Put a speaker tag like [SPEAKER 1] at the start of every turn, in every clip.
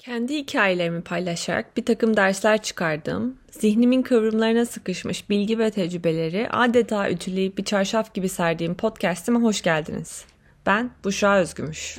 [SPEAKER 1] Kendi hikayelerimi paylaşarak bir takım dersler çıkardığım, zihnimin kıvrımlarına sıkışmış bilgi ve tecrübeleri adeta ütüleyip bir çarşaf gibi serdiğim podcast'ime hoş geldiniz. Ben Büşra Özgümüş.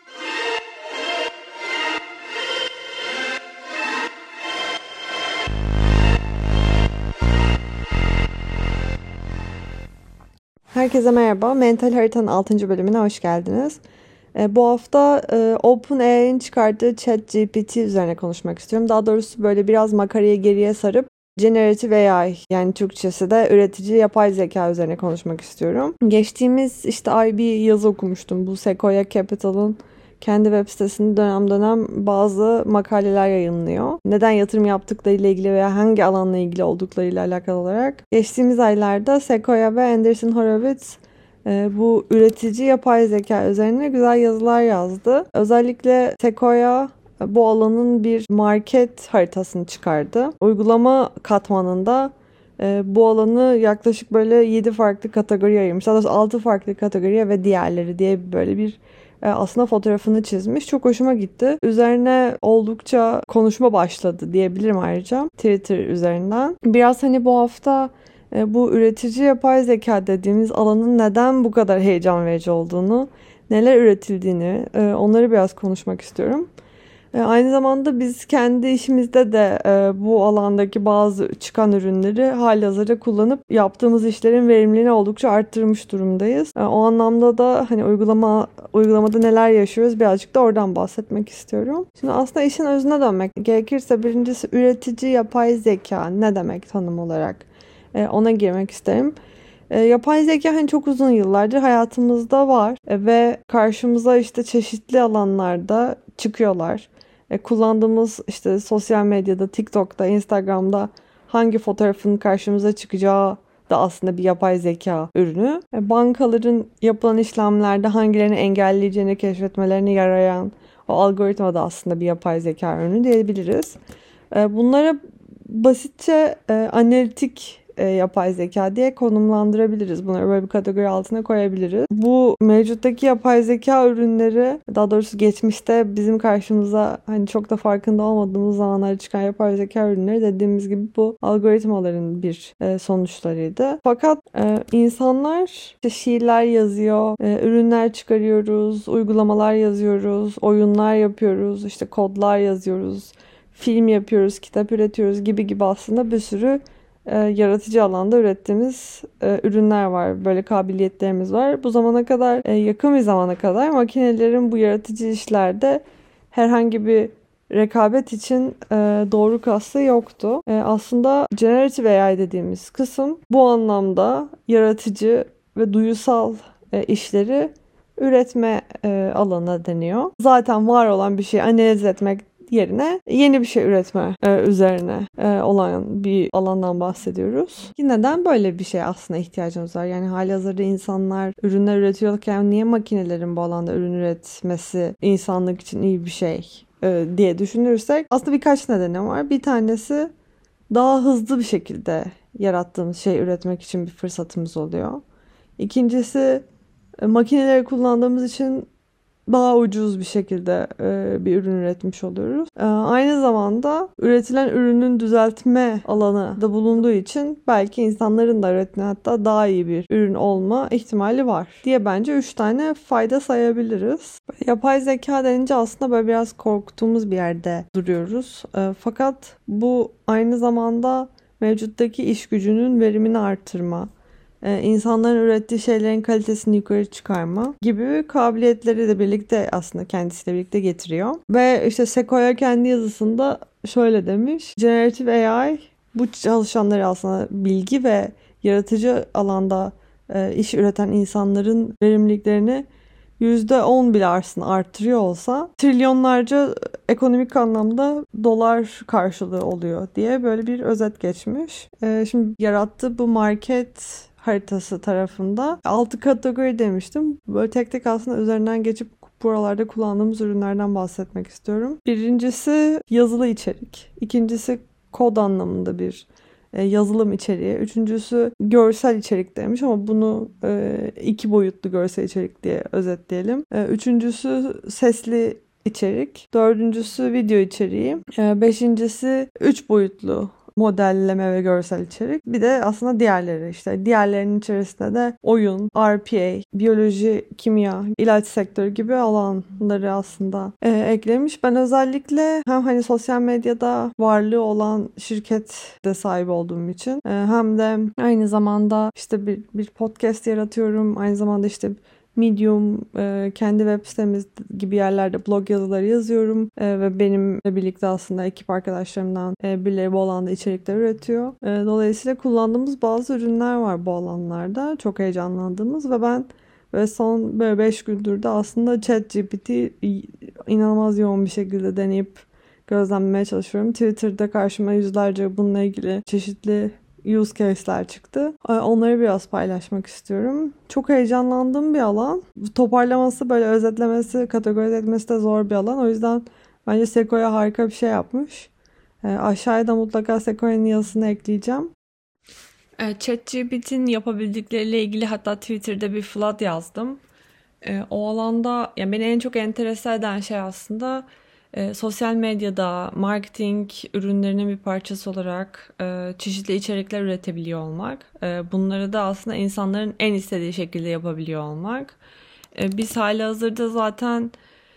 [SPEAKER 1] Herkese merhaba. Mental Harita'nın 6. bölümüne hoş geldiniz. Bu hafta OpenAI'nin çıkardığı ChatGPT üzerine konuşmak istiyorum. Daha doğrusu böyle biraz makarayı geriye sarıp Generative AI, yani Türkçesi de üretici yapay zeka üzerine konuşmak istiyorum. Geçtiğimiz ay bir yazı okumuştum. Bu Sequoia Capital'ın kendi web sitesinde dönem dönem bazı makaleler yayınlıyor. Neden yatırım yaptıklarıyla ilgili veya hangi alanla ilgili olduklarıyla alakalı olarak. Geçtiğimiz aylarda Sequoia ve Andreessen Horowitz bu üretici yapay zeka üzerine güzel yazılar yazdı. Özellikle Sequoia bu alanın bir market haritasını çıkardı. Uygulama katmanında bu alanı yaklaşık böyle 7 farklı kategoriye ayırmış. Daha doğrusu 6 farklı kategoriye ve diğerleri diye böyle bir aslında fotoğrafını çizmiş. Çok hoşuma gitti. Üzerine oldukça konuşma başladı diyebilirim ayrıca Twitter üzerinden. Biraz bu hafta bu üretici yapay zeka dediğimiz alanın neden bu kadar heyecan verici olduğunu, neler üretildiğini, onları biraz konuşmak istiyorum. Aynı zamanda biz kendi işimizde de bu alandaki bazı çıkan ürünleri halihazırda kullanıp yaptığımız işlerin verimliliğini oldukça arttırmış durumdayız. O anlamda da uygulamada neler yaşıyoruz birazcık da oradan bahsetmek istiyorum. Şimdi aslında işin özüne dönmek gerekirse birincisi üretici yapay zeka ne demek tanım olarak? Ona girmek isterim. Yapay zeka çok uzun yıllardır hayatımızda var ve karşımıza çeşitli alanlarda çıkıyorlar. Kullandığımız sosyal medyada, TikTok'ta, Instagram'da hangi fotoğrafın karşımıza çıkacağı da aslında bir yapay zeka ürünü. Bankaların yapılan işlemlerde hangilerini engelleyeceğini keşfetmelerine yarayan o algoritma da aslında bir yapay zeka ürünü diyebiliriz. Bunlara basitçe analitik yapay zeka diye konumlandırabiliriz. Bunları böyle bir kategori altına koyabiliriz. Bu mevcuttaki yapay zeka ürünleri, daha doğrusu geçmişte bizim karşımıza çok da farkında olmadığımız zamanlarda çıkan yapay zeka ürünleri dediğimiz gibi bu algoritmaların bir sonuçlarıydı. Fakat insanlar şiirler yazıyor, ürünler çıkarıyoruz, uygulamalar yazıyoruz, oyunlar yapıyoruz, kodlar yazıyoruz, film yapıyoruz, kitap üretiyoruz gibi aslında bir sürü yaratıcı alanda ürettiğimiz ürünler var. Böyle kabiliyetlerimiz var. Bu zamana kadar, yakın bir zamana kadar makinelerin bu yaratıcı işlerde herhangi bir rekabet için doğru kası yoktu. Aslında Generative AI dediğimiz kısım bu anlamda yaratıcı ve duyusal işleri üretme alanına deniyor. Zaten var olan bir şeyi analiz etmek yerine yeni bir şey üretme üzerine olan bir alandan bahsediyoruz. Neden böyle bir şey aslında ihtiyacımız var? Yani halihazırda insanlar ürünler üretiyorken niye makinelerin bu alanda ürün üretmesi insanlık için iyi bir şey diye düşünürsek aslında birkaç nedeni var. Bir tanesi daha hızlı bir şekilde yarattığımız şey üretmek için bir fırsatımız oluyor. İkincisi makineleri kullandığımız için daha ucuz bir şekilde bir ürün üretmiş oluyoruz. Aynı zamanda üretilen ürünün düzeltme alanı da bulunduğu için belki insanların da üretilen hatta daha iyi bir ürün olma ihtimali var diye bence 3 tane fayda sayabiliriz. Yapay zeka denince aslında böyle biraz korktuğumuz bir yerde duruyoruz. Fakat bu aynı zamanda mevcuttaki iş gücünün verimini artırma, insanların ürettiği şeylerin kalitesini yukarı çıkarma gibi kabiliyetleri de birlikte aslında kendisiyle birlikte getiriyor. Ve Sequoia kendi yazısında şöyle demiş: Generative AI bu çalışanları aslında bilgi ve yaratıcı alanda iş üreten insanların verimliliklerini %10 bile arttırıyor olsa trilyonlarca ekonomik anlamda dolar karşılığı oluyor diye böyle bir özet geçmiş. Şimdi yarattığı bu market haritası tarafında 6 kategori demiştim. Böyle tek tek aslında üzerinden geçip buralarda kullandığımız ürünlerden bahsetmek istiyorum. Birincisi yazılı içerik. İkincisi kod anlamında bir yazılım içeriği. Üçüncüsü görsel içerik demiş ama bunu 2 boyutlu görsel içerik diye özetleyelim. Üçüncüsü sesli içerik. Dördüncüsü video içeriği. Beşincisi 3 boyutlu modelleme ve görsel içerik. Bir de aslında diğerleri işte. Diğerlerinin içerisinde de oyun, RPA, biyoloji, kimya, ilaç sektörü gibi alanları aslında eklemiş. Ben özellikle hem hani sosyal medyada varlığı olan şirkette sahip olduğum için hem de aynı zamanda işte bir podcast yaratıyorum. Aynı zamanda işte Medium, kendi web sitemiz gibi yerlerde blog yazıları yazıyorum ve benimle birlikte aslında ekip arkadaşlarımdan birileri bu alanda içerikler üretiyor. Dolayısıyla kullandığımız bazı ürünler var bu alanlarda. Çok heyecanlandığımız ve ben ve son böyle 5 gündür de aslında ChatGPT inanılmaz yoğun bir şekilde deneyip gözlemlemeye çalışıyorum. Twitter'da karşıma yüzlerce bununla ilgili çeşitli use case'ler çıktı. Onları biraz paylaşmak istiyorum. Çok heyecanlandığım bir alan. Toparlaması, böyle özetlemesi, kategorize etmesi de zor bir alan. O yüzden bence Sequoia harika bir şey yapmış. Aşağıya da mutlaka Sequoia'nın yazısını ekleyeceğim. ChatGPT'nin yapabildikleriyle ilgili hatta Twitter'da bir flood yazdım. O alanda yani beni en çok enterese eden şey aslında sosyal medyada marketing ürünlerinin bir parçası olarak çeşitli içerikler üretebiliyor olmak. Bunları da aslında insanların en istediği şekilde yapabiliyor olmak. Biz halihazırda zaten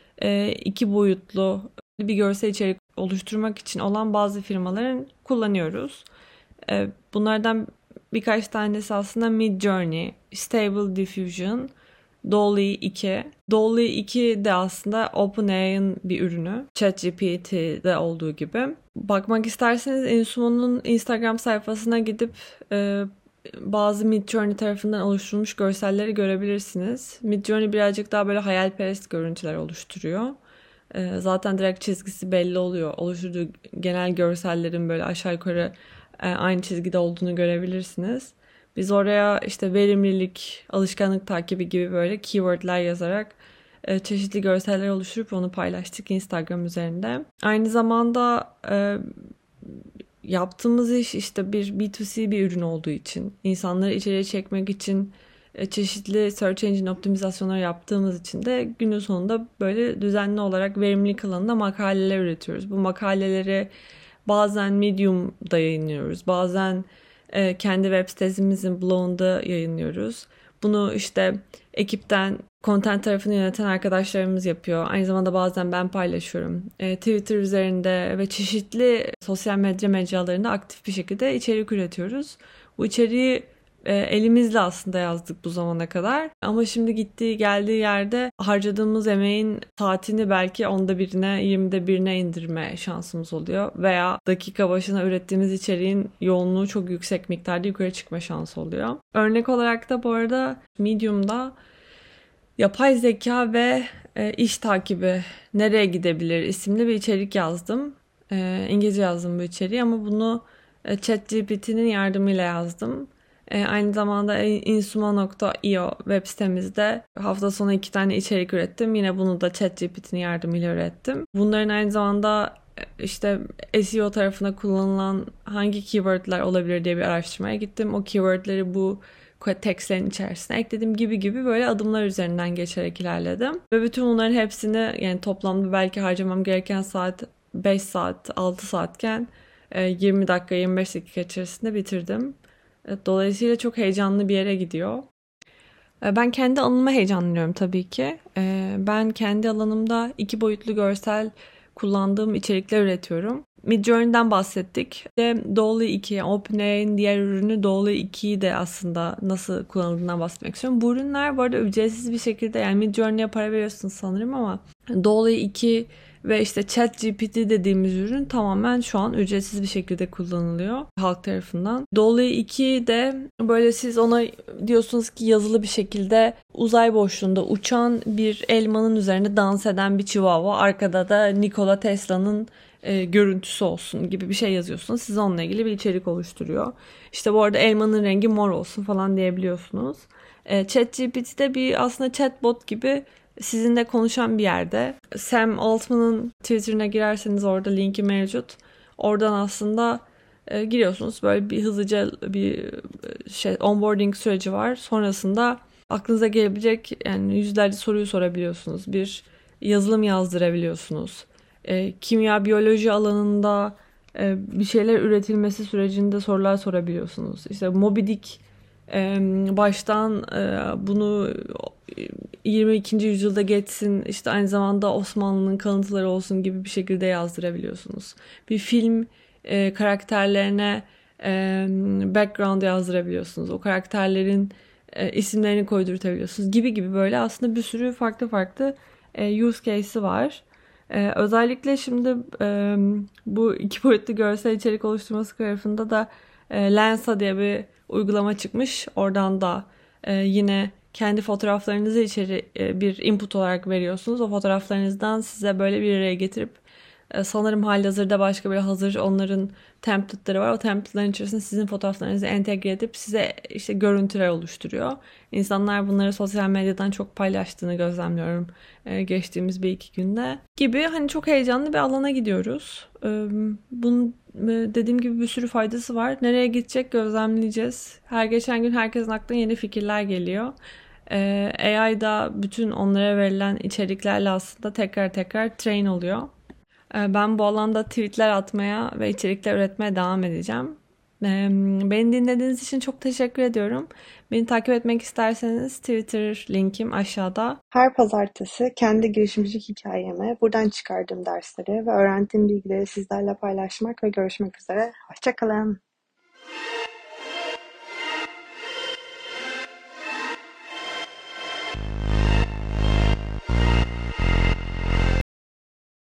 [SPEAKER 1] 2 boyutlu bir görsel içerik oluşturmak için olan bazı firmaların kullanıyoruz. Bunlardan birkaç tanesi aslında Midjourney, Stable Diffusion, DALL-E 2. DALL-E 2 de aslında OpenAI'ın bir ürünü. ChatGPT'de olduğu gibi. Bakmak isterseniz Insumo'nun Instagram sayfasına gidip bazı Midjourney tarafından oluşturulmuş görselleri görebilirsiniz. Midjourney birazcık daha böyle hayalperest görüntüler oluşturuyor. Zaten direkt çizgisi belli oluyor. Oluşturduğu genel görsellerin böyle aşağı yukarı aynı çizgide olduğunu görebilirsiniz. Biz oraya işte verimlilik, alışkanlık takibi gibi böyle keywordler yazarak çeşitli görseller oluşturup onu paylaştık Instagram üzerinde. Aynı zamanda yaptığımız iş işte bir B2C bir ürün olduğu için, insanları içeriye çekmek için çeşitli search engine optimizasyonları yaptığımız için de günün sonunda böyle düzenli olarak verimlilik alanında makaleler üretiyoruz. Bu makaleleri bazen Medium'da yayınlıyoruz, bazen kendi web sitemizin blogunda yayınlıyoruz. Bunu işte ekipten content tarafını yöneten arkadaşlarımız yapıyor. Aynı zamanda bazen ben paylaşıyorum. Twitter üzerinde ve çeşitli sosyal medya mecralarında aktif bir şekilde içerik üretiyoruz. Bu içeriği elimizle aslında yazdık bu zamana kadar. Ama şimdi gittiği geldiği yerde harcadığımız emeğin saatini belki 10'da 1'ine 20'de 1'ine indirme şansımız oluyor. Veya dakika başına ürettiğimiz içeriğin yoğunluğu çok yüksek miktarda yukarı çıkma şansı oluyor. Örnek olarak da bu arada Medium'da yapay zeka ve iş takibi nereye gidebilir isimli bir içerik yazdım. İngilizce yazdım bu içeriği ama bunu ChatGPT'nin yardımıyla yazdım. Aynı zamanda insumo.io web sitemizde hafta sonu 2 tane içerik ürettim. Yine bunu da ChatGPT'nin yardımıyla ürettim. Bunların aynı zamanda işte SEO tarafına kullanılan hangi keywordler olabilir diye bir araştırmaya gittim. O keywordleri bu tekstlerin içerisine ekledim gibi böyle adımlar üzerinden geçerek ilerledim. Ve bütün bunların hepsini yani toplamda belki harcamam gereken saat 5 saat, 6 saatken 20 dakika, 25 dakika içerisinde bitirdim. Dolayısıyla çok heyecanlı bir yere gidiyor. Ben kendi alanıma heyecanlanıyorum tabii ki. Ben kendi alanımda 2 boyutlu görsel kullandığım içerikler üretiyorum. Midjourney'den bahsettik. DALL-E 2, OpenAI'nin diğer ürünü DALL-E 2'yi de aslında nasıl kullanıldığından bahsetmek istiyorum. Bu ürünler bu arada ücretsiz bir şekilde yani Midjourney'e para veriyorsunuz sanırım ama DALL-E 2 ve işte ChatGPT dediğimiz ürün tamamen şu an ücretsiz bir şekilde kullanılıyor halk tarafından. DALL-E 2 de böyle siz ona diyorsunuz ki yazılı bir şekilde uzay boşluğunda uçan bir elmanın üzerinde dans eden bir chihuahua, arkada da Nikola Tesla'nın görüntüsü olsun gibi bir şey yazıyorsunuz. Size onunla ilgili bir içerik oluşturuyor. İşte bu arada elmanın rengi mor olsun falan diyebiliyorsunuz. ChatGPT'de bir aslında chatbot gibi sizinle konuşan bir yerde. Sam Altman'ın Twitter'ına girerseniz orada linki mevcut. Oradan aslında giriyorsunuz. Böyle bir hızlıca bir onboarding süreci var. Sonrasında aklınıza gelebilecek yani yüzlerce soruyu sorabiliyorsunuz. Bir yazılım yazdırabiliyorsunuz. Kimya, biyoloji alanında bir şeyler üretilmesi sürecinde sorular sorabiliyorsunuz. İşte Moby Dick baştan bunu 22. yüzyılda geçsin, işte aynı zamanda Osmanlı'nın kalıntıları olsun gibi bir şekilde yazdırabiliyorsunuz. Bir film karakterlerine background yazdırabiliyorsunuz. O karakterlerin isimlerini koydurtabiliyorsunuz gibi gibi böyle aslında bir sürü farklı farklı use case'i var. Özellikle şimdi bu iki boyutlu görsel içerik oluşturması tarafında da Lensa diye bir uygulama çıkmış. Oradan da yine kendi fotoğraflarınızı içeri bir input olarak veriyorsunuz. O fotoğraflarınızdan size böyle bir araya getirip sanırım halihazırda başka bir hazır onların template'ları var. O template'ların içerisinde sizin fotoğraflarınızı entegre edip size işte görüntüler oluşturuyor. İnsanlar bunları sosyal medyadan çok paylaştığını gözlemliyorum geçtiğimiz bir iki günde. Gibi hani çok heyecanlı bir alana gidiyoruz. Bunun dediğim gibi bir sürü faydası var. Nereye gidecek gözlemleyeceğiz. Her geçen gün herkesin aklına yeni fikirler geliyor. AI da bütün onlara verilen içeriklerle aslında tekrar tekrar train oluyor. Ben bu alanda tweetler atmaya ve içerikler üretmeye devam edeceğim. Beni dinlediğiniz için çok teşekkür ediyorum. Beni takip etmek isterseniz Twitter linkim aşağıda. Her pazartesi kendi girişimcilik hikayemi, buradan çıkardığım dersleri ve öğrendiğim bilgileri sizlerle paylaşmak ve görüşmek üzere. Hoşça kalın.